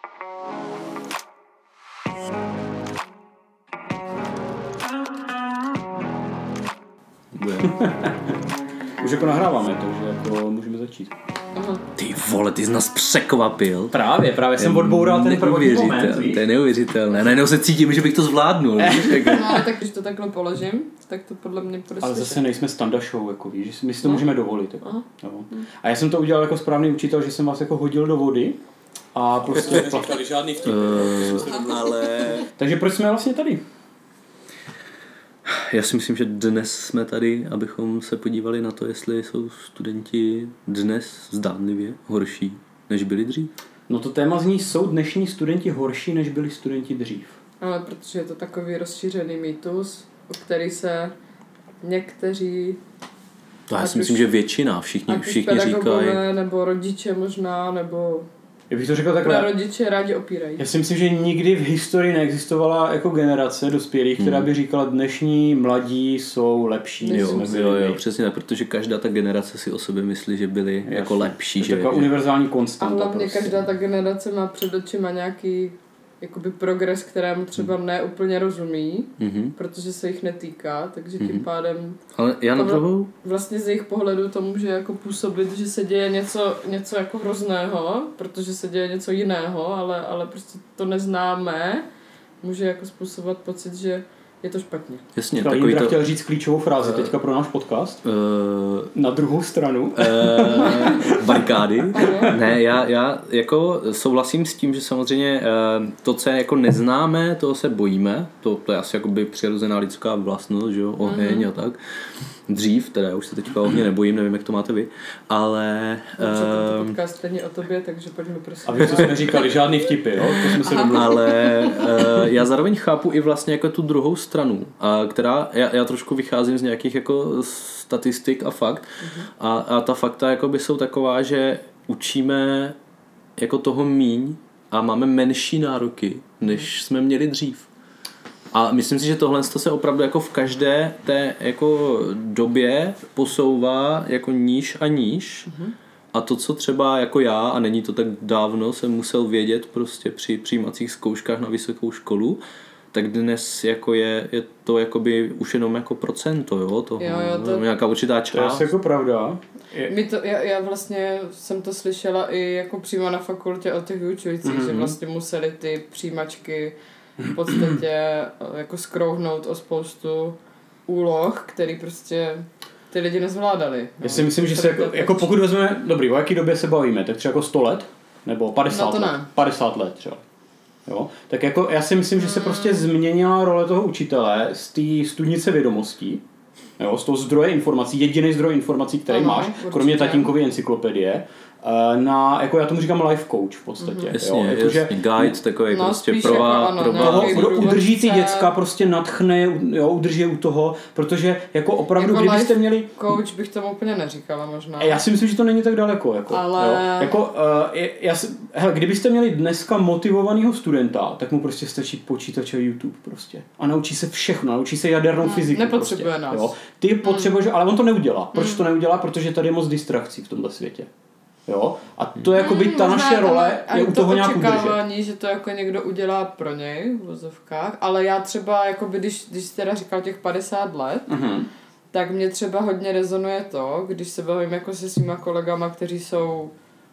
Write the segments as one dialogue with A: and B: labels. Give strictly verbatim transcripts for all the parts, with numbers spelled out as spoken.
A: Už jako nahráváme, takže jako můžeme začít.
B: Aha. Ty vole, ty jsi nás překvapil.
A: Právě, právě jsem odboural ten první moment.
B: To je neuvěřitelné. Najednou se cítím, že bych to zvládnul.
C: No ale tak když to takhle položím, tak to podle mě prostě...
A: Ale zase nejsme standa show, jako víš, my si to no. můžeme dovolit. Jako. No.
C: Hmm.
A: A já jsem to udělal jako správný učitel, že jsem vás jako hodil do vody a prostě...
D: Neříkali žádný vtipy.
B: Uh, ale...
A: Takže proč jsme vlastně tady?
B: Já si myslím, že dnes jsme tady, abychom se podívali na to, jestli jsou studenti dnes zdánlivě horší, než byli dřív.
A: No to téma zní, jsou dnešní studenti horší, než byli studenti dřív.
C: Ale protože je to takový rozšířený mýtus, o který se někteří...
B: To já si myslím, že většina, všichni, všichni říkají.
C: Nebo rodiče možná, nebo...
A: Já bych to řekl takhle.
C: Rodiče rádi opírají.
A: Já si myslím, že nikdy v historii neexistovala jako generace dospělých, která by říkala, dnešní mladí jsou lepší.
B: Jo, jo, jo, přesně tak, protože každá ta generace si o sobě myslí, že byli Jasně. jako lepší.
A: To je taková univerzální konstanta.
C: A hlavně
A: prostě.
C: každá ta generace má před očima nějaký jakoby progres, kterému třeba neúplně rozumí, mm-hmm. protože se jich netýká, takže tím mm-hmm. pádem
B: ale já na druhou
C: vlastně z jejich pohledu to může jako působit, že se děje něco, něco jako hrozného, protože se děje něco jiného, ale, ale prostě to neznáme, může jako způsobovat pocit, že je to špatně.
B: Jasně,
A: takový
B: takový
A: to...
B: chtěl
A: říct klíčovou frázi uh, teďka pro náš podcast. Uh, na druhou stranu.
B: Uh, barikády. Ne, já, já jako souhlasím s tím, že samozřejmě uh, to, co je jako neznáme, toho se bojíme. To, to je asi jakoby přirozená lidská vlastnost, že jo, oheň mm-hmm. a tak. Dřív, teda já už se teďka ohně nebojím, nevím, jak to máte vy, ale...
C: Dobře, uh, tento podcast stejně o tobě, takže pojďme prosím.
A: Aby to jsme říkali, žádný vtipy, jo? To jsme se domluvili.
B: Ale uh, já zároveň chápu i vlastně jako tu druhou stranu, a která, já, já trošku vycházím z nějakých jako statistik a fakt uh-huh. a, a ta fakta jakoby jsou taková, že učíme jako toho míň a máme menší nároky, než jsme měli dřív. A myslím si, že tohle se opravdu jako v každé té jako době posouvá jako níž a níž. Uh-huh. A to, co třeba jako já, a není to tak dávno, jsem musel vědět prostě při přijímacích zkouškách na vysokou školu, tak dnes jako je, je to jakoby už jenom jako procento, jo, toho,
C: jo, jo, to,
B: nějaká určitá část.
A: To je jako pravda.
C: Je... My to, já, já vlastně jsem to slyšela i jako přímo na fakultě od těch vyučujících, mm-hmm. že vlastně museli ty přijímačky v podstatě jako skrouhnout o spoustu úloh, který prostě ty lidi nezvládali.
A: Já si myslím, že se jako, jako pokud vezmeme, dobrý, o jaký době se bavíme, tak třeba jako sto let, nebo padesát
C: no
A: let, padesát let třeba. Jo? Tak jako já si myslím, že se prostě změnila role toho učitele z té studnice vědomostí, jo? Z toho zdroje informací, jediný zdroj informací, který ano, máš, určitě. Kromě tatínkovy encyklopedie, na, jako já tomu říkám life coach v podstatě.
B: Mm-hmm. Jasně,
A: jo? Jako,
B: jasně, guide takový
C: no,
B: prostě pro vás.
A: Kdo udrží ty děcka, prostě nadchne, jo, udrží u toho, protože jako opravdu,
C: jako
A: kdybyste
C: life
A: měli...
C: coach bych tomu úplně neříkala možná.
A: Já si myslím, že to není tak daleko. Jako,
C: ale...
A: jo? Jako, uh, já si, hele, kdybyste měli dneska motivovaného studenta, tak mu prostě stačí počítač a YouTube prostě. A naučí se všechno, naučí se jadernou hmm, fyziku.
C: Nepotřebuje
A: prostě,
C: nás.
A: Jo? Ty potřebuješ, hmm. ale on to neudělá. Proč
C: hmm.
A: to neudělá? Protože tady je moc distrakcí v tomhle světě. Jo? A to je jako by ta
C: možná
A: naše role je u toho nějak
C: udržet. Že to jako někdo udělá pro něj v vozovkách, ale já třeba, jakoby, když, když jsi teda říkal těch padesát let, uh-huh. tak mě třeba hodně rezonuje to, když se bavím jako se svýma kolegama, kteří jsou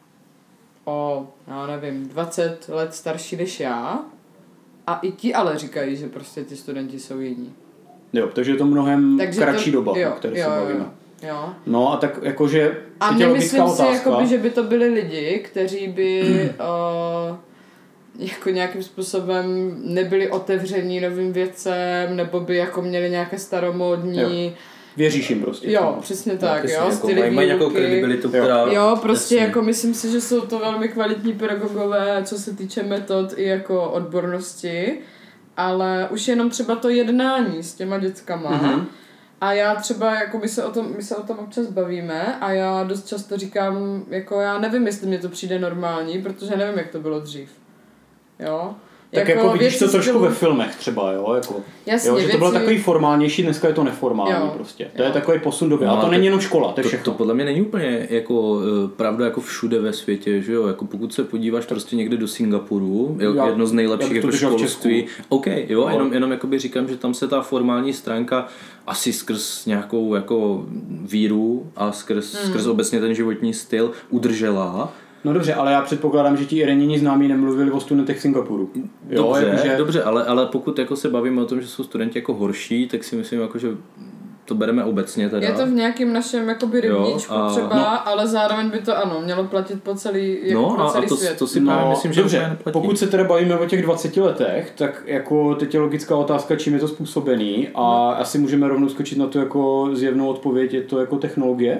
C: o, já nevím, dvacet let starší než já a i ti ale říkají, že prostě ty studenti jsou jiní.
A: Jo, takže je to mnohem
C: takže
A: kratší
C: to,
A: doba,
C: jo,
A: o které
C: jo,
A: se bavíme.
C: Jo. Jo.
A: No a tak jakože
C: a nemyslím si, jakoby, že by to byli lidi, kteří by uh, jako nějakým způsobem nebyli otevření novým věcem, nebo by jako měli nějaké staromódní...
A: Jo. Věříš jim prostě.
C: Jo, přesně tak, jo,
B: jako
C: styly výuky.
B: Mají nějakou kredibilitu, která...
C: Jo, prostě
B: jasně.
C: jako myslím si, že jsou to velmi kvalitní pedagogové, co se týče metod i jako odbornosti, ale už jenom třeba to jednání s těma dětskama. Mm-hmm. A já třeba, jako my se, o tom, my se o tom občas bavíme a já dost často říkám, jako já nevím, jestli mě to přijde normální, protože nevím, jak to bylo dřív. Jo?
A: Tak jako, jako vidíš to trošku stylu... ve filmech třeba, jo, jako,
C: Jasně,
A: jo, že
C: věci...
A: to bylo takový formálnější, dneska je to neformální jo, prostě. To jo. je takový posun doby. No, a to není jenom škola, to je všechno.
B: To, to podle mě není úplně jako uh, pravda jako všude ve světě, že jo, jako pokud se podíváš prostě někde do Singapuru, já, jedno z nejlepších jako školství. OK, jo, no. jenom, jenom jakoby říkám, že tam se ta formální stránka asi skrz nějakou jako víru a skrz, hmm. skrz obecně ten životní styl udržela.
A: No dobře, ale já předpokládám, že ti Ireniani známí nemluvili o studentech Singapuru. Jo,
B: dobře,
A: jakože...
B: dobře ale, ale pokud jako se bavíme o tom, že jsou studenti jako horší, tak si myslím, jako, že to bereme obecně teda.
C: Je to v nějakém našem jakoby rybníčku a... třeba, no. ale zároveň by to ano, mělo platit po celý, jako
B: no,
C: pro celý
B: a to,
C: svět.
B: To si
A: no,
B: právě myslím, že
A: dobře, neplatí. Pokud se teda bavíme o těch dvaceti letech, tak jako teď je logická otázka, čím je to způsobený a no. asi můžeme rovnou skočit na tu jako zjevnou odpověď, je to jako technologie?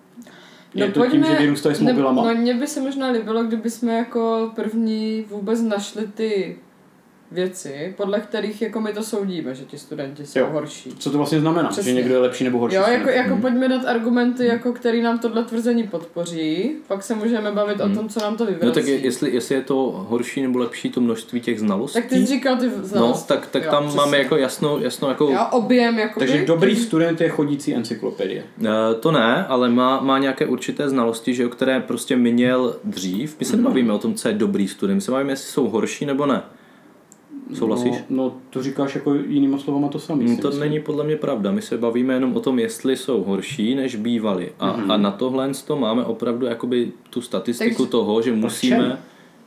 A: Je no to pojďme, tím, že vyrůstají s mobilama?
C: Ne, no mně by se možná líbilo, kdyby jsme jako první vůbec našli ty věci, podle kterých jako my to soudíme, že ti studenti jsou jo. horší.
A: Co to vlastně znamená? Přesně. Že někdo je lepší nebo horší?
C: Jo, jako, jako hmm. pojďme dát argumenty, hmm. jako, který nám tohle tvrzení podpoří, pak se můžeme bavit hmm. o tom, co nám to vyvrací.
B: No tak je, jestli, jestli je to horší nebo lepší to množství těch znalostí.
C: Tak ty jsi říkal ty znalosti.
B: No, tak, tak
C: jo,
B: tam
C: přesně.
B: máme jako jasno, jasno jako...
C: Jo, objem jako.
A: Takže dobrý student je chodící encyklopedie.
B: Uh, to ne, ale má, má nějaké určité znalosti, že jo, které prostě měl dřív. My se hmm. nebavíme o tom, co je dobrý student, my se bavíme, jestli jsou horší nebo ne. Souhlasíš?
A: No, no to říkáš jako jinýma slovama to samý.
B: To myslím. Není podle mě pravda. My se bavíme jenom o tom, jestli jsou horší, než bývali. A, mm-hmm. a na tohle to máme opravdu jakoby tu statistiku Takže, toho, že musíme...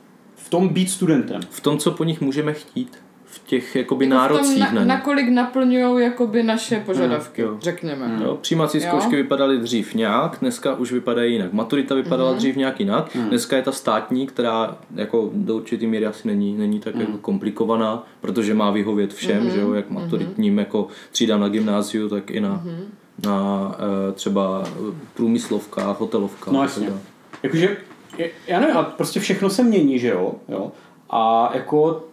A: V tom být studentem.
B: V tom, co po nich můžeme chtít. V těch jakoby
C: jako
B: nárocích
C: na,
B: na
C: nakolik naplňujou jakoby naše požadavky,
B: mm,
C: řekněme.
B: Mm. Jo, přijímací zkoušky vypadaly dřív nějak, dneska už vypadají jinak. Maturita vypadala mm. dřív nějak jinak. Mm. Dneska je ta státní, která jako do určitý míry asi není, není tak mm. jako komplikovaná, protože má vyhovět všem, mm. že jo, jak maturitním jako třídám na gymnáziu, tak i na, mm. na e, třeba průmyslovkách, hotelovkách.
A: No jasně. Jakože, já nevím, ale prostě všechno se mění, že jo, jo? A jako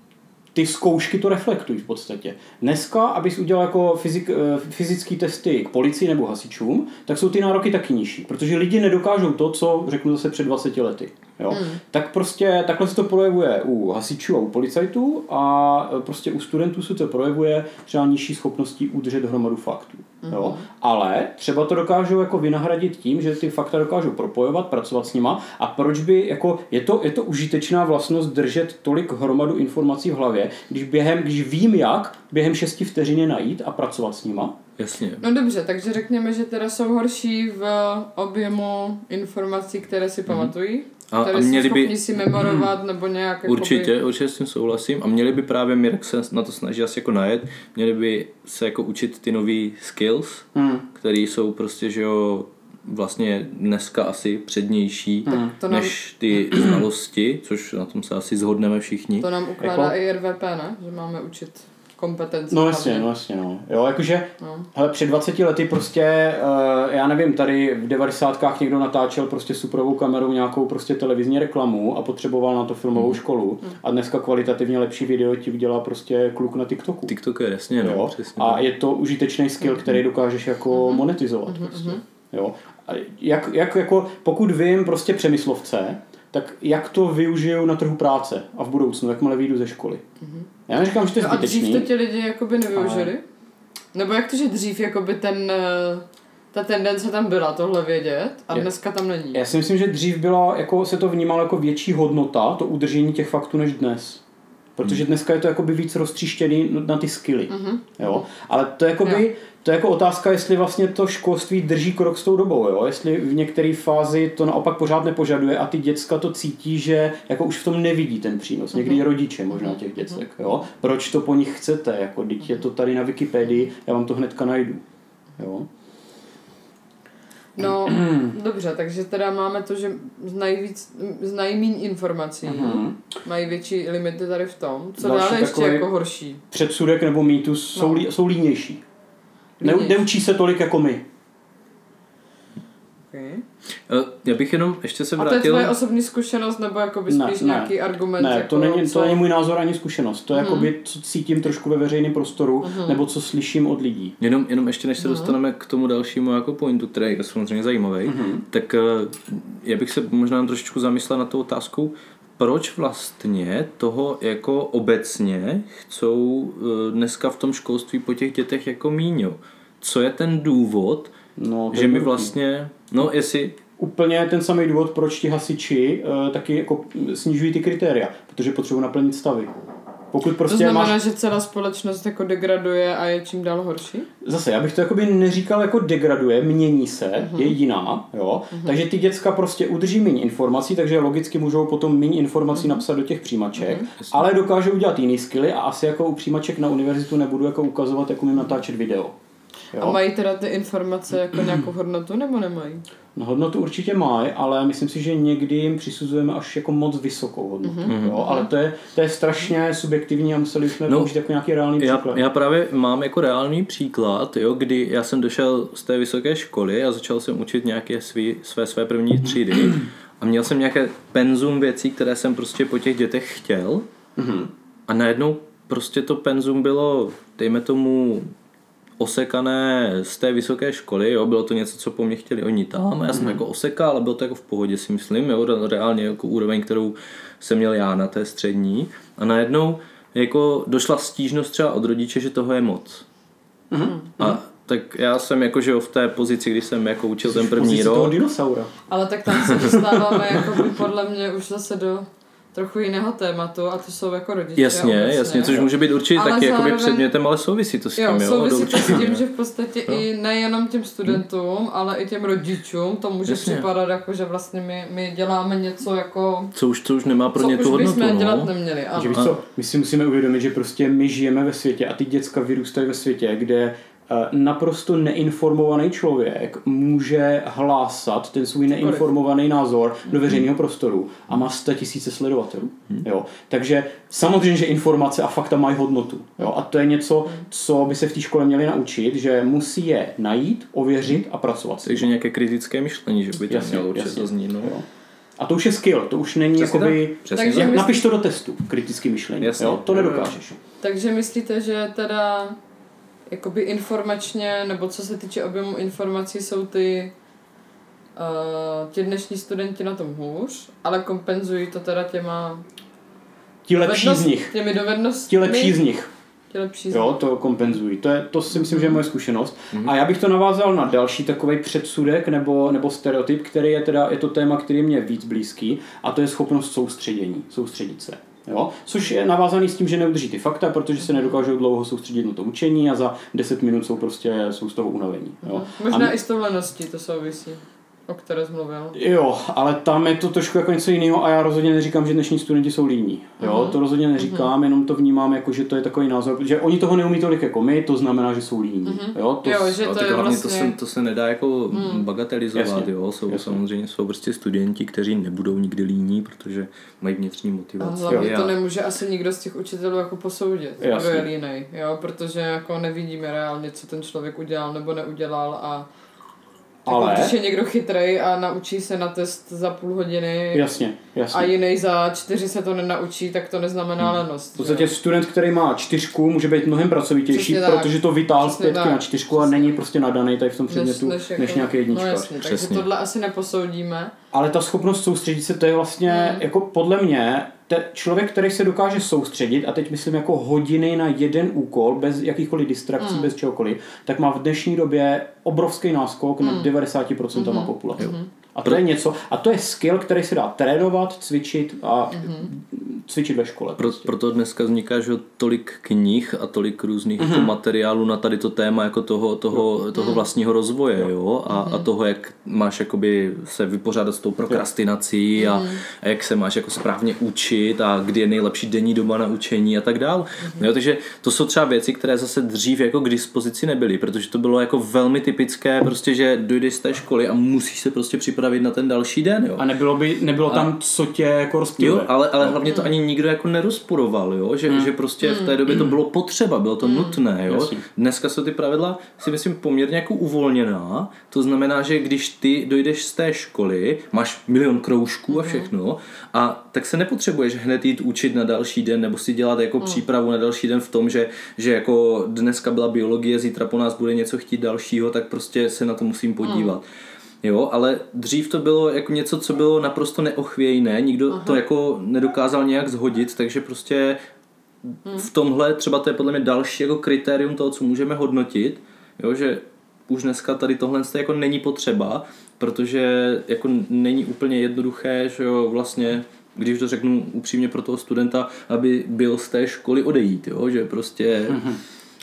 A: ty zkoušky to reflektují v podstatě. Dneska, abys udělal jako fyzik, fyzické testy k policii nebo hasičům, tak jsou ty nároky taky nižší, protože lidi nedokážou to, co řeknu zase před dvaceti lety. Jo? Hmm. Tak prostě takhle se to projevuje u hasičů a u policajtů a prostě u studentů se to projevuje třeba nižší schopností udržet hromadu faktů. Hmm. Jo? Ale třeba to dokážou jako vynahradit tím, že ty fakta dokážou propojovat, pracovat s nima a proč by, jako, je to, je to užitečná vlastnost držet tolik hromadu informací v hlavě, když během, když vím jak, během šesti vteřin je najít a pracovat s nima.
B: Jasně.
C: No dobře, takže řekněme, že teda jsou horší v objemu informací, které si pamatují,
B: a,
C: které
B: a měli
C: jsou schopni
B: by,
C: si memorovat mm, nebo nějak...
B: Určitě,
C: jakoby...
B: určitě s tím souhlasím a měli by právě, Mirek se na to snaží asi jako najet, měli by se jako učit ty nový skills, mm. které jsou prostě, že jo, vlastně dneska asi přednější mm. než ty znalosti, což na tom se asi shodneme všichni.
C: To nám ukládá jako... i R V P, ne? Že máme učit kompetence.
A: No jasně, no jasně, no. Jo, jakože, no. hele, před dvaceti lety prostě, uh, já nevím, tady v devadesátkách někdo natáčel prostě superovou kamerou nějakou prostě televizní reklamu a potřeboval na to filmovou mm. školu mm. a dneska kvalitativně lepší video ti udělá prostě kluk na TikToku.
B: TikTok je jasně, no,
A: jo?
B: Přesně.
A: A je to užitečný skill, který dokážeš jako mm. monetizovat
C: mm.
A: prostě, jo. A jak, jak, jako, pokud vím prostě přemyslovce, tak jak to využiju na trhu práce a v budoucnu, jakmile vyjdu ze školy. Mm-hmm. Já neříkám, že to je zbytečný.
C: No a dřív to ti lidi jakoby nevyužili? Ale... Nebo jak to, že dřív jakoby ten, ta tendence tam byla tohle vědět a dneska tam není?
A: Já si myslím, že dřív byla, jako se to vnímalo jako větší hodnota, to udržení těch faktů než dnes. Protože dneska je to jakoby víc roztříštěný na ty skilly. Mm-hmm. Jo? Ale to je jakoby, to je jako otázka, jestli vlastně to školství drží krok s tou dobou, jo? Jestli v některé fázi to naopak pořád nepožaduje a ty děcka to cítí, že jako už v tom nevidí ten přínos. Někdy mm-hmm. rodiče možná těch děcek. Jo? Proč to po nich chcete? Jako, teď je to tady na Wikipedii, já vám to hnedka najdu. Jo?
C: No, dobře, takže teda máme to, že znají, víc, znají míň informací, uh-huh. mají větší limity tady v tom. Co
A: Další
C: dále ještě jako horší?
A: Předsudek nebo mýtus jsou, no. lí, jsou línější. Ne, neučí se tolik jako my.
C: Okay.
B: Já bych jenom ještě se vrátil...
C: A to je tvoje osobní zkušenost nebo jakoby spíš ne, nějaký
A: ne.
C: argument?
A: Ne,
C: jako
A: to, není,
C: co...
A: to není můj názor ani zkušenost. To je hmm. jakoby, co cítím trošku ve veřejném prostoru hmm. nebo co slyším od lidí.
B: Jenom, jenom ještě než se hmm. dostaneme k tomu dalšímu jako pointu, který je samozřejmě zajímavý, hmm. tak já bych se možná trošičku zamyslel nad tou otázkou, proč vlastně toho jako obecně chcou dneska v tom školství po těch dětech jako míňo? Co je ten důvod, no, že my vlastně, no jestli...
A: Úplně ten samý důvod, proč ti hasiči uh, taky jako snižují ty kritéria, protože potřebují naplnit stavy. Pokud prostě
C: to znamená,
A: máš...
C: že celá společnost jako degraduje a je čím dál horší?
A: Zase, já bych to jakoby neříkal jako degraduje, mění se, uh-huh. je jiná, jo. Uh-huh. Takže ty děcka prostě udrží méně informací, takže logicky můžou potom méně informací uh-huh. napsat do těch přijímaček, uh-huh. ale dokážou udělat jiný skilly a asi jako u přijímaček na univerzitu nebudu jako ukazovat, jak umím natáčet video. Jo?
C: A mají teda ty informace jako nějakou hodnotu nebo nemají?
A: No, hodnotu určitě mají, ale myslím si, že někdy jim přisuzujeme až jako moc vysokou hodnotu. Mm-hmm. Jo? Ale to je, to je strašně subjektivní a museli jsme no, použít jako nějaký reálný příklad.
B: Já, já právě mám jako reálný příklad, jo, kdy já jsem došel z té vysoké školy a začal jsem učit nějaké svý, své, své první třídy a měl jsem nějaké penzum věcí, které jsem prostě po těch dětech chtěl mm-hmm. a najednou prostě to penzum bylo, dejme tomu, osekané z té vysoké školy, jo, bylo to něco, co po mně chtěli oni tam, já jsem mm. jako osekal, ale bylo to jako v pohodě, si myslím, jo, reálně jako úroveň, kterou jsem měl já na té střední a najednou jako došla stížnost třeba od rodiče, že toho je moc. Mm. A tak já jsem jako, že v té pozici, kdy jsem jako učil Jsi ten první rok.
A: Toho dinosaura.
C: Ale tak tam se dostáváme jako by podle mě už zase do trochu jiného tématu a to jsou jako rodiče.
B: Jasně,
C: obecně.
B: jasně, což může být určitě ale taky zároveň, předmětem, ale souvisí to s tím.
C: Jo,
B: jo
C: souvisí to s tím, že v podstatě no. i nejenom těm studentům, hmm. ale i těm rodičům to může jasně. připadat jako, že vlastně my, my děláme něco jako...
B: Co už, co už nemá pro ně tu hodnotu. Co už bychom
C: dělat neměli. Ano.
A: Že víš co, my si musíme uvědomit, že prostě my žijeme ve světě a ty děcka vyrůstají ve světě, kde naprosto neinformovaný člověk může hlásat ten svůj neinformovaný názor do veřejného prostoru a má sto tisíce sledovatelů. Jo. Takže samozřejmě, že informace a fakta mají hodnotu. Jo. A to je něco, co by se v té škole měli naučit, že musí je najít, ověřit a pracovat.
B: Takže nějaké kritické myšlení, že by to mělo určitě zaznít. No.
A: A to už je skill, to už není
B: přesně
A: jakoby...
B: Takže
A: myslí... Napiš to do testu, kritický myšlení.
B: Jasně.
A: Jo. To nedokážeš.
C: Takže myslíte, že teda jakoby informačně, nebo co se týče objemu informací, jsou ty uh, ti dnešní studenti na tom hůř, ale kompenzují to teda těma
A: ti lepší z nich.
C: Těmi dovednostmi.
A: Ti lepší z nich.
C: Ti lepší z
A: jo,
C: nich.
A: to kompenzují. To, je, to si myslím, mm. že je moje zkušenost. Mm. A já bych to navázal na další takovej předsudek nebo, nebo stereotyp, který je teda, je to téma, který je mě víc blízký, a to je schopnost soustředění, soustředit se. Jo? Což je navázaný s tím, že neudrží ty fakta, protože se nedokážou dlouho soustředit na to učení a za deset minut jsou prostě jsou z toho unavení. Jo?
C: Možná a i s tou leností to souvisí, o které jsi mluvil.
A: Jo, ale tam je to trošku jako něco jiného a já rozhodně neříkám, že dnešní studenti jsou líní. Jo? Uh-huh. To rozhodně neříkám, uh-huh. jenom to vnímám jako, že to je takový názor, že oni toho neumí tolik jako my, to znamená, že jsou líní. Uh-huh. Jo, to,
C: jo, že
B: jo,
C: to je vlastně...
B: to, se, to se nedá jako hmm. bagatelizovat. Jasně. Jo? Jsou Jasně. samozřejmě jsou prostě studenti, kteří nebudou nikdy líní, protože mají vnitřní motivaci.
C: A hlavně to nemůže asi nikdo z těch učitelů jako posoudit, kdo je línej, jo? Protože jako nevidíme reálně, co ten člověk udělal nebo neudělal a ale... Jako, když je někdo chytrej a naučí se na test za půl hodiny
A: jasně, jasně.
C: a jiný za čtyři se to nenaučí, tak to neznamená hmm. lenost.
A: V podstatě student, který má čtyřku, může být mnohem pracovitější, protože to vytáhl zpětky na čtyřku a není prostě nadaný tady v tom předmětu než, než, než jako, nějaký jednička.
C: No jasně, takže tohle asi neposoudíme.
A: Ale ta schopnost soustředit se, to je vlastně hmm. jako podle mě te, člověk, který se dokáže soustředit, a teď myslím jako hodiny na jeden úkol, bez jakýchkoliv distrakcí, hmm. bez čehokoliv, tak má v dnešní době obrovský náskok hmm. na devadesát procent hmm. populace. Hmm. A to je něco, a to je skill, který se dá trénovat, cvičit a mm-hmm. cvičit ve škole.
B: Pro,
A: prostě.
B: Proto dneska vzniká že tolik knih a tolik různých mm-hmm. jako materiálů na tady to téma jako toho, toho, toho vlastního rozvoje, jo, jo? A, mm-hmm. a toho, jak máš jakoby se vypořádat s tou prokrastinací mm-hmm. a, a jak se máš jako správně učit a kdy je nejlepší denní doba na učení a tak dál. Mm-hmm. Jo, takže to jsou třeba věci, které zase dřív jako k dispozici nebyly, protože to bylo jako velmi typické, prostě, že dojdeš z té školy a musíš se prostě připravit na ten další den, jo.
A: A nebylo by nebylo a, tam, co tě jako rozptyluje.
B: Jo, ale, ale hlavně to ani nikdo jako nerozporoval, jo, že, mm. že prostě mm. v té době to bylo potřeba, bylo to mm. nutné, jo. Jasně. Dneska jsou ty pravidla, si myslím, poměrně jako uvolněná, to znamená, že když ty dojdeš z té školy, máš milion kroužků a všechno, a tak se nepotřebuješ hned jít učit na další den, nebo si dělat jako mm. přípravu na další den v tom, že, že jako dneska byla biologie, zítra po nás bude něco chtít dalšího, tak prostě se na to musím podívat. Mm. Jo, ale dřív to bylo jako něco, co bylo naprosto neochvějné, nikdo Aha. to jako nedokázal nějak zhodit, takže prostě hmm. v tomhle třeba to je podle mě další jako kritérium toho, co můžeme hodnotit, jo, že už dneska tady tohle jako není potřeba, protože jako není úplně jednoduché, že jo, vlastně, když to řeknu upřímně pro toho studenta, aby byl z té školy odejít, jo, že prostě... Hmm.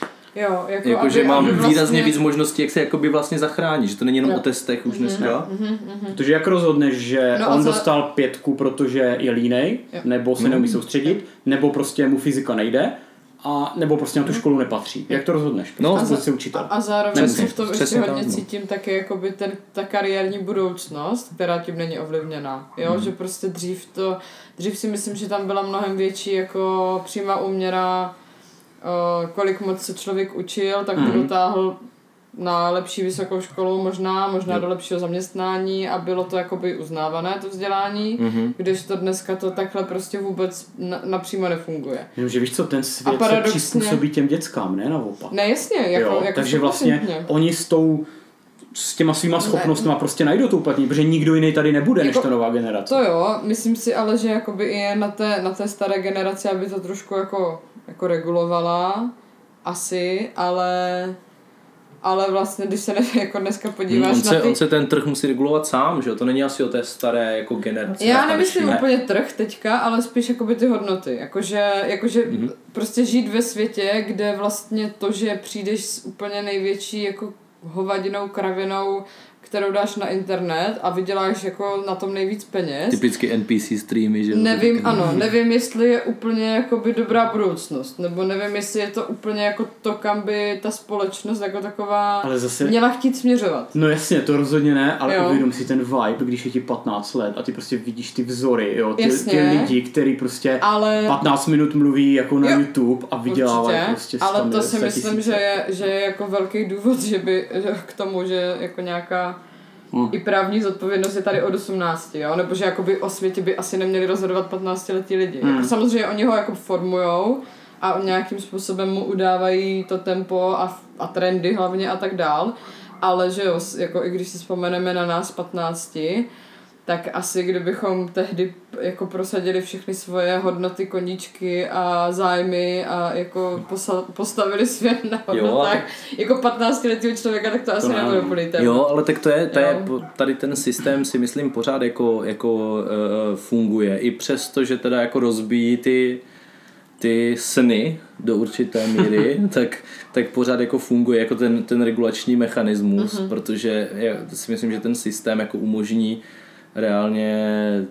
C: Jo, jako,
B: jako
C: aby,
B: že mám
C: aby vlastně...
B: výrazně víc možností, jak se jakoby vlastně zachránit, že to není jenom
C: jo.
B: o testech už dneska.
C: Mm-hmm, mm-hmm.
A: Protože jak rozhodneš, že no on za... dostal pětku, protože je línej, jo. nebo se neumí soustředit, nebo prostě mu fyzika nejde, a nebo prostě na tu školu nepatří. Jak to rozhodneš?
B: No,
A: a, za, učitel.
C: a zároveň se v tom ještě hodně cítím taky jakoby ten, ta kariérní budoucnost, která tím není ovlivněná. Jo? Hmm. Že prostě dřív to, dřív si myslím, že tam byla mnohem větší jako přímá úměra, Uh, kolik moc se člověk učil, tak to mm. dotáhl na lepší vysokou školu možná, možná yep. do lepšího zaměstnání a bylo to jakoby uznávané to vzdělání, mm-hmm. když to dneska to takhle prostě vůbec na, napřímo nefunguje.
A: Jenom, že víš co, ten svět paradoxně... se přizpůsobí těm dětskám, ne naopak.
C: Ne, jasně, jako,
A: jo,
C: jako
A: takže vlastně oni s tou s těma svýma schopnostma prostě najdou to uplatnění, protože nikdo jiný tady nebude, jako, než ta nová generace.
C: To jo, myslím si ale, že jakoby i na té, na té staré generaci, aby to trošku jako jako regulovala, asi, ale ale vlastně, když se ne, jako dneska podíváš
B: hmm, on se,
C: na ty...
B: On se ten trh musí regulovat sám, že jo? To není asi o té staré jako generaci.
C: Já nemyslím ne. úplně trh teďka, ale spíš jakoby ty hodnoty. Jakože, jakože mm-hmm. prostě žít ve světě, kde vlastně to, že přijdeš s úplně největší jako hovadinou, kravinou, kterou dáš na internet a vyděláš jako na tom nejvíc peněz.
B: Typicky N P C streamy, že?
C: Nevím, ano, nevím, jestli je úplně jakoby dobrá budoucnost, nebo nevím, jestli je to úplně jako to, kam by ta společnost jako taková ale zase... měla chtít směřovat.
A: No jasně, to rozhodně ne, ale uvědom si ten vibe, když je ti patnáct let a ty prostě vidíš ty vzory, jo, ty, ty lidi, který prostě ale... patnáct minut mluví jako na jo. YouTube a vydělávají prostě
C: ale to si myslím, že je, že je jako velký důvod, že by že k tomu, že jako nějaká Hmm. i právní zodpovědnost je tady od osmnácti, jo? Nebo že jakoby o světě by asi neměli rozhodovat patnáctiletí lidi. Hmm. Jako samozřejmě oni ho jako formujou a nějakým způsobem mu udávají to tempo a, a trendy hlavně a tak dál, ale že jo, jako i když si vzpomeneme na nás patnácti, tak asi kdybychom tehdy jako prosadili všechny svoje hodnoty, koníčky a zájmy a jako posa- postavili svět na hodnotách jako patnáctiletého člověka, tak to, to asi nebude úplně téma.
B: Jo, ale tak to je, to je, tady ten systém si myslím pořád jako, jako uh, funguje. I přesto, že teda jako rozbíjí ty ty sny do určité míry, tak, tak pořád jako funguje jako ten, ten regulační mechanismus, uh-huh. protože já si myslím, že ten systém jako umožní reálně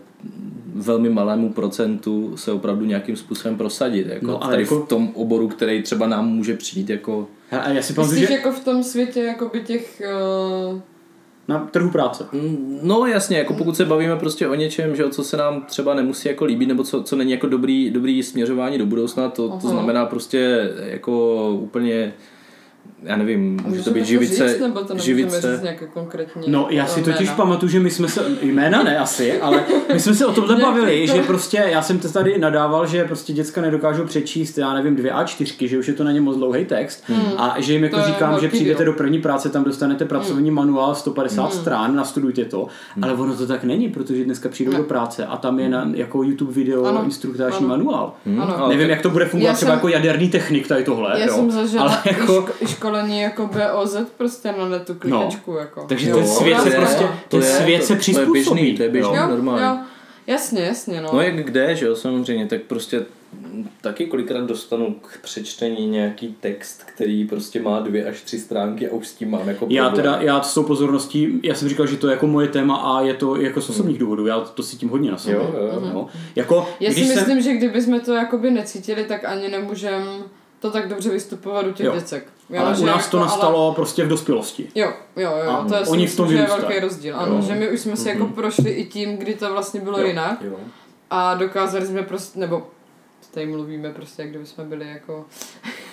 B: velmi malému procentu se opravdu nějakým způsobem prosadit. Jako no, tady jako... v tom oboru, který třeba nám může přijít jako...
A: A já si
C: pamatuju, že... jako v tom světě jakoby těch... Uh...
A: Na trhu práce.
B: No jasně, jako pokud se bavíme prostě o něčem, že, co se nám třeba nemusí jako líbit, nebo co, co není jako dobrý, dobrý směřování do budoucna, to, to znamená prostě jako úplně... Já nevím, může to být živice,
C: říct, nebo to živice. Říct nějaké konkrétní
A: no já si totiž jména. Pamatuju, že my jsme se, jména ne asi, ale my jsme se o tomhle bavili, že prostě, já jsem to tady nadával, že prostě děcka nedokážou přečíst, já nevím, dvě á čtyřky, že už je to na ně moc dlouhý text hmm. a že jim jako to říkám, že přijdete do první práce, tam dostanete pracovní hmm. manuál sto padesát hmm. stran, nastudujte to, hmm. ale ono to tak není, protože dneska přijdou ne. do práce a tam je na jako YouTube video ano. instruktážní ano. manuál. Hmm. Ano. Nevím, jak to bude fungovat třeba jako jaderný technik tady tohle,
C: já jsem zažila školení jako B O Z prostě na netu klikačku,
A: no.
C: jako.
A: Takže jo, ten svět se prostě, ten svět se přizpůsobí.
B: To je běžný, to je běžný,
C: jo,
B: normálně.
C: Jo. Jasně, jasně, no.
B: No jak kde, že jo, samozřejmě, tak prostě taky kolikrát dostanu k přečtení nějaký text, který prostě má dvě až tři stránky a už s tím mám jako problém.
A: Já teda, já s tou pozorností, já jsem říkal, že to je jako moje téma a je to jako z osobních důvodů, já to si tím hodně na sobě.
B: Jo, jo, jo.
A: No. Jako,
C: já si myslím, jsem... že kdybychom to jakoby necítili, tak ani nemůžeme to tak dobře vystupovat u těch jo. děcek.
A: Já, ale u nás jako, to nastalo ale... prostě v dospělosti.
C: Jo, jo, jo,
A: a
C: to je,
A: oni v tom
C: je velký rozdíl. Ano, jo. Že my už jsme si mm-hmm. jako prošli i tím, kdy to vlastně bylo
A: jo.
C: jinak.
A: Jo.
C: A dokázali jsme prostě, nebo tady mluvíme prostě, jak kdyby jsme byli jako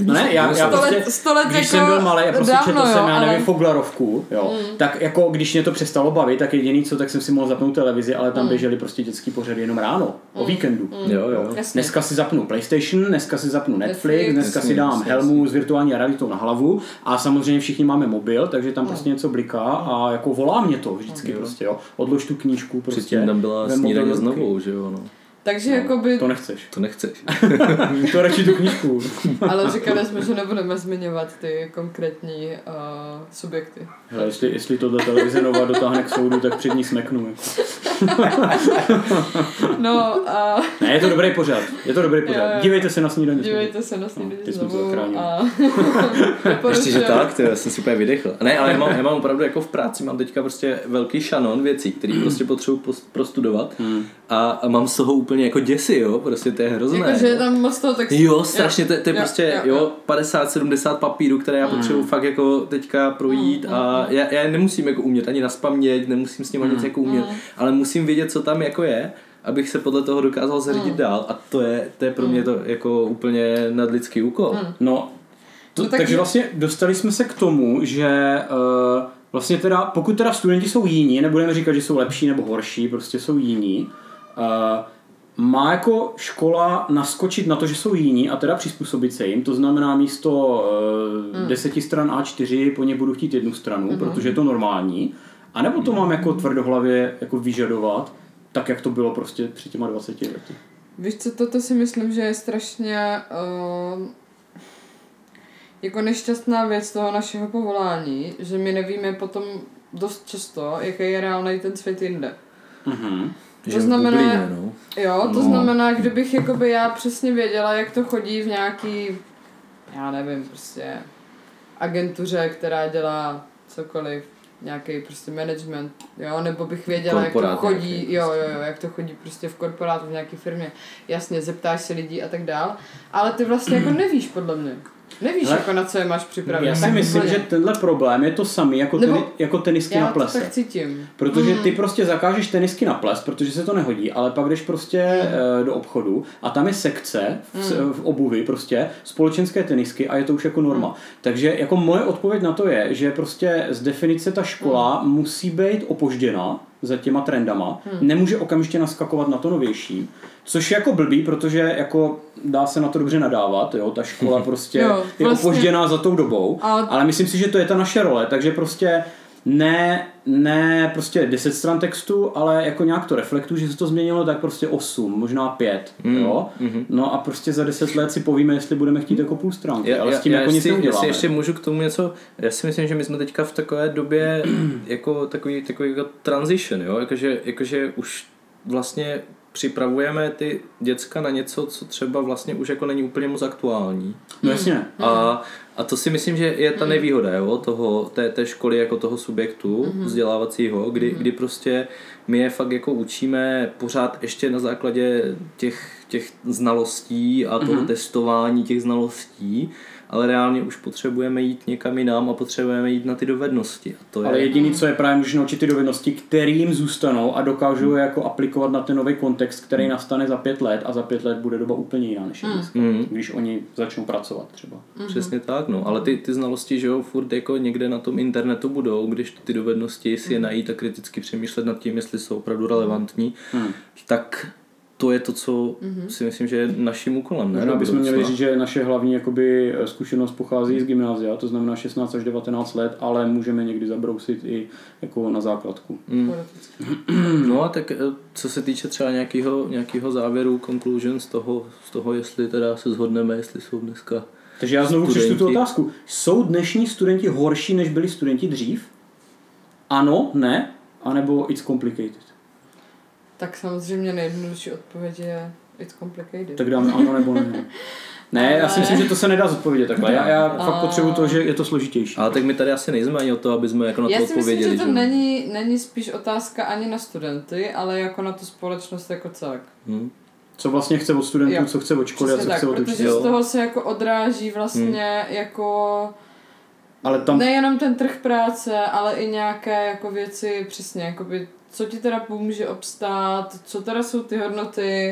A: No ne, já, já
C: sto let,
A: prostě,
C: sto let
A: když
C: jako
A: jsem byl malý a prostě
C: dávno,
A: četl jsem,
C: jo,
A: já
C: ale...
A: nevím, Foglarovku, jo, mm. tak jako když mě to přestalo bavit, tak jediný co, tak jsem si mohl zapnout televizi, ale tam mm. běžely prostě dětský pořady jenom ráno, mm. o víkendu. Mm. Jo, jo. Dneska si zapnu PlayStation, dneska si zapnu Netflix, dneska Nesmí, si dám nesmí, helmu s virtuální realitou na hlavu a samozřejmě všichni máme mobil, takže tam mm. prostě něco bliká a jako volá mě to vždycky mm. prostě, jo. Odlož tu knížku prostě.
B: Předtím tam byla Snídaně s novou, že jo, no.
C: Takže
A: no,
C: jakoby...
A: To nechceš.
B: To nechceš.
A: To radši tu knížku.
C: Ale říkali jsme, že nebudeme zmiňovat ty konkrétní uh, subjekty.
A: Hele, jestli, jestli tohle televize nová dotáhne k soudu, tak před ní smeknu.
C: No a...
A: Ne, je to dobrý pořad. Je to dobrý pořad. Dívejte se na Snídaně.
C: Dívejte se na Snídaně
A: no, znovu.
C: A...
B: Ještě, že tak, to já jsem si úplně vydechl. Ne, ale já mám, já mám opravdu jako v práci, mám teďka prostě velký šanon věcí, který prostě potřebuji prostudovat hmm. a, a mám z toho úplně jako děsi, jo, prostě to je hrozné.
C: Jakože je tam moc toho textu.
B: Jo, strašně, to, to je
C: jo,
B: prostě, jo, jo, padesát sedmdesát papírů, které já potřebuji mm. fakt jako teďka projít mm. a já, já nemusím jako umět ani naspamět, nemusím s nimi mm. nic jako umět, mm. ale musím vědět, co tam jako je, abych se podle toho dokázal zařídit mm. dál a to je, to je pro mě to jako úplně nadlidský úkol.
A: Mm. No, to, no tak takže je... vlastně dostali jsme se k tomu, že uh, vlastně teda, pokud teda studenti jsou jiní, nebudeme říkat, že jsou lepší nebo horší, prostě jsou jiní, uh, má jako škola naskočit na to, že jsou jiní a teda přizpůsobit se jim, to znamená místo uh, mm. deseti stran á čtyři po ně budu chtít jednu stranu, mm. protože je to normální, a nebo to mám jako tvrdohlavě jako vyžadovat, tak jak to bylo prostě před těma dvaceti lety.
C: Víš co, toto si myslím, že je strašně uh, jako nešťastná věc toho našeho povolání, že my nevíme potom dost často, jaký je reálný ten svět jinde.
A: Mm-hmm.
C: To znamená,
B: bublině, no.
C: jo, to
B: no.
C: znamená, kdybych jakoby já přesně věděla, jak to chodí v nějaký, já nevím, prostě agentuře, která dělá cokoliv, nějaký prostě management, jo, nebo bych věděla, korporát jak to chodí, nějaký, jo, jo, jo, jak to chodí prostě v korporátu, v nějaké firmě, jasně, zeptáš se lidí a tak dál, ale ty vlastně jako nevíš, podle mě. Nevíš, ale jako na co je máš připravit.
A: Já si tak myslím, úplně. Že tenhle problém je to samý jako, Nebo, teni, jako tenisky na plese.
C: Já to tak cítím.
A: Protože ty prostě zakážeš tenisky na ples, protože se to nehodí, ale pak jdeš prostě mm. do obchodu a tam je sekce v, mm. v obuvi prostě společenské tenisky a je to už jako norma. Mm. Takže jako moje odpověď na to je, že prostě z definice ta škola mm. musí být opožděna za těma trendama, hmm. nemůže okamžitě naskakovat na to novější, což je jako blbý, protože jako dá se na to dobře nadávat, jo, ta škola prostě jo, je vlastně opožděná za tou dobou, a... ale myslím si, že to je ta naše role, takže prostě ne, ne prostě deset stran textu, ale jako nějak to reflektuju, že se to změnilo, tak prostě osm, možná pět, mm. jo, mm-hmm. no a prostě za deset let si povíme, jestli budeme chtít jako půl stránky, já, ale s tím já, jako nic neuděláme.
B: Ještě můžu k tomu něco, já si myslím, že my jsme teďka v takové době jako takový, takový jako transition, jo, jakože, jakože už vlastně připravujeme ty děcka na něco, co třeba vlastně už jako není úplně moc aktuální.
A: No jasně.
B: A, a to si myslím, že je ta nevýhoda, jo, toho, té, té školy jako toho subjektu mm-hmm. vzdělávacího, kdy, mm-hmm. kdy prostě my je fakt jako učíme pořád ještě na základě těch, těch znalostí a toho mm-hmm. testování těch znalostí, ale reálně už potřebujeme jít někam jinam a potřebujeme jít na ty dovednosti. A to je...
A: Ale jediný, co je právě, může naučit ty dovednosti, kterým zůstanou a dokážou hmm. jako aplikovat na ten nový kontext, který hmm. nastane za pět let a za pět let bude doba úplně jiná než hmm. dneska, hmm. když oni začnou pracovat třeba.
B: Hmm. Přesně tak, no. Ale ty, ty znalosti, že jo, furt jako někde na tom internetu budou, když ty dovednosti si je najít a kriticky přemýšlet nad tím, jestli jsou opravdu relevantní, hmm. tak to je to, co mm-hmm. si myslím, že je naším úkolem.
A: Možná bychom měli říct, že naše hlavní jakoby, zkušenost pochází z gymnázia, to znamená šestnáct až devatenáct let, ale můžeme někdy zabrousit i jako na základku. Mm.
B: No a tak co se týče třeba nějakého, nějakého závěru, conclusion z toho, z toho, jestli teda se shodneme, jestli jsou dneska
A: Takže já znovu přečtu tu otázku. Jsou dnešní studenti horší, než byli studenti dřív? Ano, ne, anebo it's complicated?
C: Tak samozřejmě nejjednodušší odpověď je it's complicated.
A: Tak dáme ano nebo ne. Ne, já si myslím, že to se nedá zodpovědět takhle. Já, já a... fakt potřebuji to, že je to složitější.
B: Ale tak my tady asi nejsme ani o to, aby jsme jako na to
C: já
B: odpověděli.
C: Já si myslím, že to
B: že?
C: není, není spíš otázka ani na studenty, ale jako na tu společnost jako celek. Hmm.
A: Co vlastně chce od studentů, jo. co chce od školy a co
C: tak,
A: chce od učitelů.
C: Protože z toho se jako odráží vlastně hmm. jako
A: ale tam...
C: nejenom ten trh práce, ale i nějaké jako věci přesně, jakoby, co ti teda pomůže obstát, co teda jsou ty hodnoty,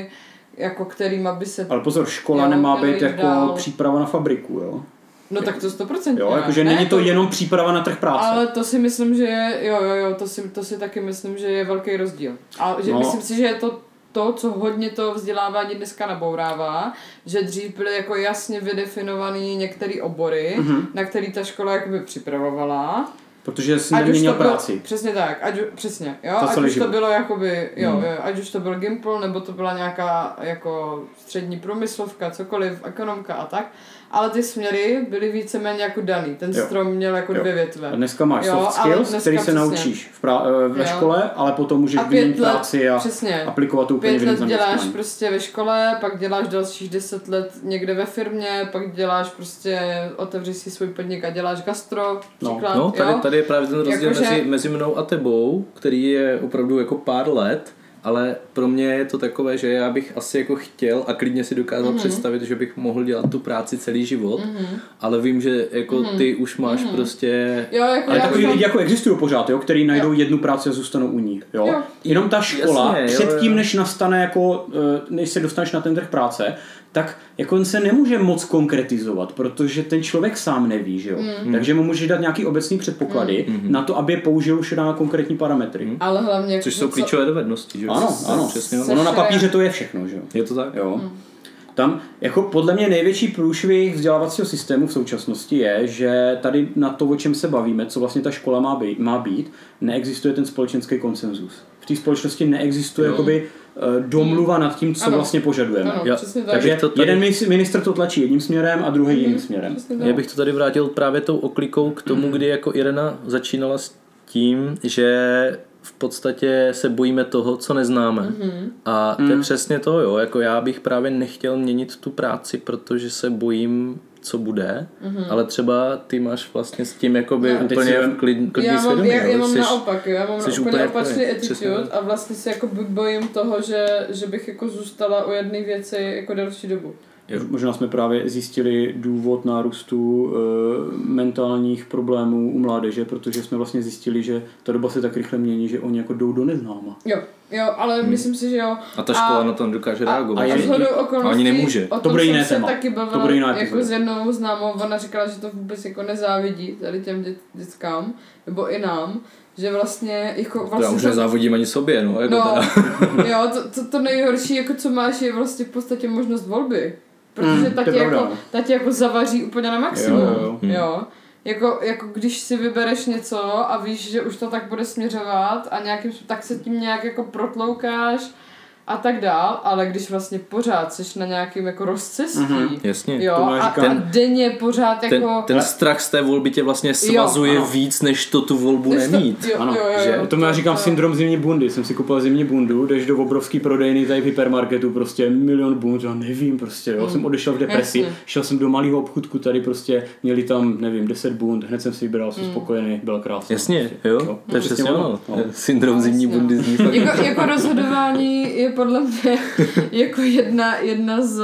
C: jako kterýma by se...
A: Ale pozor, škola
C: jo,
A: nemá být jako
C: dál.
A: příprava na fabriku, jo?
C: No tak to sto procent.
A: Jo, jakože není to jenom příprava na trh práce.
C: Ale to si myslím, že je, jo, jo, jo, to si, to si taky myslím, že je velký rozdíl. A že
A: no.
C: myslím si, že je to to, co hodně to vzdělávání dneska nabourává, že dřív byly jako jasně vydefinovaný některé obory, mm-hmm. na který ta škola jakoby připravovala.
A: Protože jsi neměnil práci.
C: Bylo, přesně tak, ať, přesně, jo,
A: to
C: ať už
A: život.
C: to bylo jakoby, jo,
A: hmm.
C: jo, ať už to byl Gimpl, nebo to byla nějaká jako střední průmyslovka, cokoliv, ekonomka a tak, ale ty směry byly víceméně jako daný, ten
A: jo.
C: strom měl jako
A: jo.
C: dvě větve.
A: A dneska máš
C: jo,
A: soft skills, který se
C: přesně.
A: naučíš v pra- ve jo. škole, ale potom můžeš vyměnit práci a
C: přesně.
A: aplikovat to úplně
C: Pět let
A: jiným
C: děláš prostě ve škole, pak děláš dalších deset let někde ve firmě, pak děláš prostě, otevřeš si svůj podnik a děláš gastro, příklad,
B: no, tady, tady je právě ten rozdíl
C: jako,
B: mezi,
C: že...
B: mezi mnou a tebou, který je opravdu jako pár let, ale pro mě je to takové, že já bych asi jako chtěl a klidně si dokázal mm-hmm. představit, že bych mohl dělat tu práci celý život, mm-hmm. ale vím, že jako mm-hmm. ty už máš mm-hmm. prostě...
C: Jo, jako
A: ale takový lidi jako existují pořád, jo, který najdou jo. jednu práci a zůstanou u ní. Jo? Jo. Jenom ta škola, jasně, předtím, jo, jo. než nastane jako, než se dostaneš na ten trh práce, tak jako on se nemůže moc konkretizovat, protože ten člověk sám neví, že jo. Mm. Takže mu můžeš dát nějaký obecný předpoklady mm. na to, aby použil už na konkrétní parametry. Mm.
C: Ale hlavně...
B: Což jsou co... klíčové dovednosti, že jo.
A: Ano, ano. Přesně. Ono na papíře to je všechno, že jo.
B: Je to tak?
A: Jo. Mm. Tam jako podle mě největší průšvih vzdělávacího systému v současnosti je, že tady na to, o čem se bavíme, co vlastně ta škola má být, má být neexistuje ten společenský konsenzus. V té společnosti neexistuje jo. jakoby domluva nad tím, co ano. vlastně požadujeme.
C: Ano, tak.
A: Takže
B: to tady...
A: jeden ministr to tlačí jedním směrem a druhý mm, jiným směrem.
B: Já bych to tady vrátil právě tou oklikou k tomu, mm. kdy jako Irena začínala s tím, že v podstatě se bojíme toho, co neznáme. Mm-hmm. A to je mm. přesně to, jo. Jako já bych právě nechtěl měnit tu práci, protože se bojím, co bude, mm-hmm. ale třeba ty máš vlastně s tím jakoby no, úplně v klid, klidný
C: já
B: svědomí.
C: Mám, já, já mám jsi, naopak, jo. Já mám úplně, úplně opačný
B: attitude
C: a vlastně se jako bojím toho, že, že bych jako zůstala u jedné věci jako delší dobu.
A: Možná jsme právě zjistili důvod nárůstu e, mentálních problémů u mládeže, protože jsme vlastně zjistili, že ta doba se tak rychle mění, že oni jako jdou do neznáma.
C: Jo, jo, ale hmm. myslím si, že jo.
B: A ta škola a, na tom dokáže reagovat.
C: A, a, a, a
B: oni nemůže.
C: O tom
A: to bude jiné
C: jsem
A: téma.
C: se taky bavila jako s jednou známou, ona říkala, že to vůbec jako nezávidí tady těm dět, dětskám, nebo i nám. Že vlastně jako vlastně...
B: Já už nezávodím ani sobě, no. Jako
C: no
B: teda.
C: jo, to, to, to nejhorší, jako co máš, je vlastně v podstatě možnost volby. Protože mm, tati, jako, tati jako zavaří úplně na maximum. Jo, jo, jo. jo. Jako, jako když si vybereš něco a víš, že už to tak bude směřovat a nějakým, tak se tím nějak jako protloukáš a tak dál, ale když vlastně pořád seš na nějakým jako rozcestí,
B: mm-hmm, jasně.
C: Jo, a, ten, a denně pořád
B: ten,
C: jako...
B: Ten strach z té volby tě vlastně svazuje jo, víc, než to tu volbu než nemít.
C: To, jo,
A: ano,
C: jo, jo,
A: že?
C: Jo,
A: to já říkám to, syndrom zimní bundy, jsem si koupil zimní bundu, jdeš do obrovský prodejny tady v hypermarketu, prostě milion bund, já nevím prostě, jo, mm. jsem odešel v depresi, jasně. Šel jsem do malého obchůdku, tady prostě měli tam, nevím, deset bund, hned jsem si vybral, jsem mm. spokojený, byla krásná.
B: Jasně,
A: prostě.
B: jo, jo, to je přesně ono, syndrom zimní bundy zní fakt.
C: Jako, jako rozhodování je podle mě jako jedna, jedna z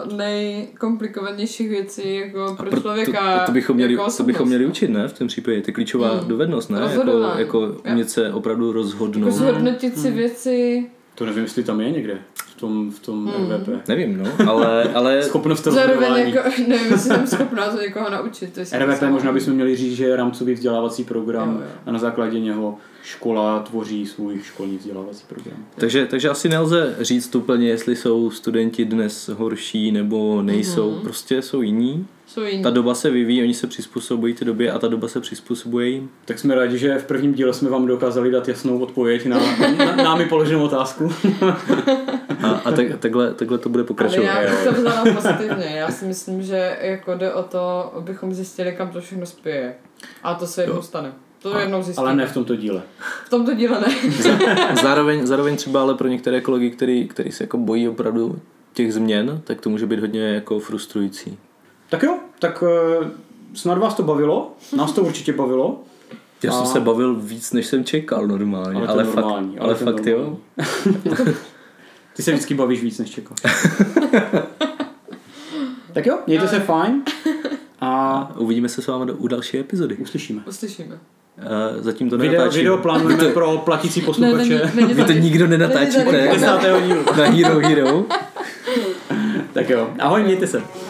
C: nejkomplikovanějších věcí jako pro člověka.
B: To, to, bychom měli,
C: jako
B: to bychom měli učit, ne? V tom případě. To je klíčová mm. dovednost, ne? Jako, jako umět se opravdu rozhodnout.
C: Jako zhodnotit si mm. věci.
A: To nevím, jestli tam je někde. V tom, v tom mm. R V P.
B: Nevím, no. Ale, ale...
A: Schopnost rozhodování.
C: Jako, nevím, jestli jsem schopná to někoho naučit. To
A: R V P možná bychom měli říct, že je rámcový vzdělávací program jo, jo. a na základě něho škola tvoří svůj školní vzdělávací program.
B: Takže, takže asi nelze říct úplně, jestli jsou studenti dnes horší nebo nejsou. Mm-hmm. Prostě jsou jiní.
C: Jsou jiní.
B: Ta doba se vyvíjí, oni se přizpůsobují té době a ta doba se přizpůsobuje jim.
A: Tak jsme rádi, že v prvním díle jsme vám dokázali dát jasnou odpověď na, na námi položenou otázku.
B: A, a tak, takhle, takhle to bude pokračovat.
C: Ale já bych to vzala pozitivně. Já si myslím, že jako jde o to, abychom zjistili, kam to všechno spěje. A to se jednou stane. To a, jednou zjistíme.
A: Ale ne v tomto díle.
C: V tomto díle ne.
B: zároveň, zároveň třeba ale pro některé kolegy, který, který se jako bojí opravdu těch změn, tak to může být hodně jako frustrující.
A: Tak jo, tak uh, snad vás to bavilo. Nás to určitě bavilo.
B: Já jsem a... se bavil víc, než jsem čekal normálně.
A: Ale,
B: ale
A: normální,
B: fakt, ale fakt jo.
A: Ty se vždycky bavíš víc, než čekáš. Tak jo, mějte se fajn. A
B: uvidíme se s vámi u další epizody.
A: Uslyšíme.
C: Uslyšíme.
B: Uh, zatím to
A: video,
B: nenatáčíme.
A: Video plánujeme to... pro platící posluchače.
B: Vy to nikdo nenatáčíte na Hero Hero.
A: Tak jo, ahoj, mějte se.